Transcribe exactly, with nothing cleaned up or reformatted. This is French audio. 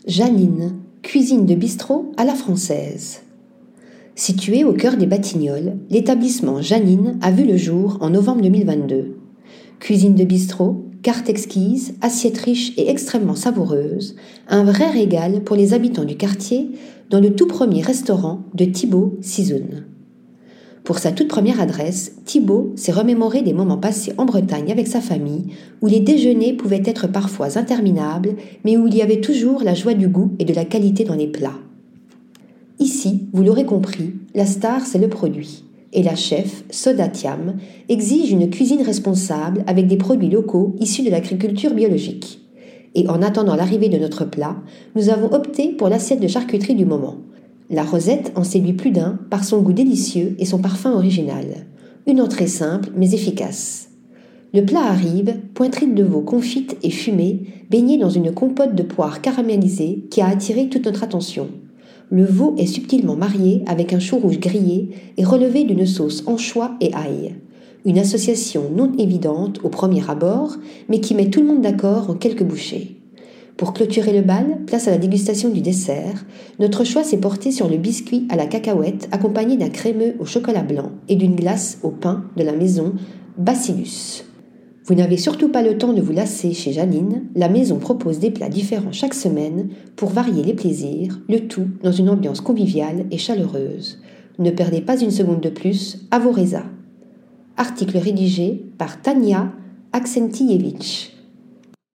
Janine, cuisine de bistrot à la française. Situé au cœur des Batignolles, l'établissement Janine a vu le jour en novembre deux mille vingt-deux. Cuisine de bistrot, carte exquise, assiette riche et extrêmement savoureuse, un vrai régal pour les habitants du quartier dans le tout premier restaurant de Thibaut Cizoun. Pour sa toute première adresse, Thibaut s'est remémoré des moments passés en Bretagne avec sa famille, où les déjeuners pouvaient être parfois interminables, mais où il y avait toujours la joie du goût et de la qualité dans les plats. Ici, vous l'aurez compris, la star c'est le produit. Et la chef, Soda Thiam, exige une cuisine responsable avec des produits locaux issus de l'agriculture biologique. Et en attendant l'arrivée de notre plat, nous avons opté pour l'assiette de charcuterie du moment. La rosette en séduit plus d'un par son goût délicieux et son parfum original. Une entrée simple mais efficace. Le plat arrive, poitrine de veau confite et fumée, baignée dans une compote de poire caramélisée qui a attiré toute notre attention. Le veau est subtilement marié avec un chou rouge grillé et relevé d'une sauce anchois et ail. Une association non évidente au premier abord, mais qui met tout le monde d'accord en quelques bouchées. Pour clôturer le bal, place à la dégustation du dessert, notre choix s'est porté sur le biscuit à la cacahuète accompagné d'un crémeux au chocolat blanc et d'une glace au pain de la maison Bacillus. Vous n'avez surtout pas le temps de vous lasser chez Janine, la maison propose des plats différents chaque semaine pour varier les plaisirs, le tout dans une ambiance conviviale et chaleureuse. Ne perdez pas une seconde de plus, à vos résas. Article rédigé par Tania Aksentievich.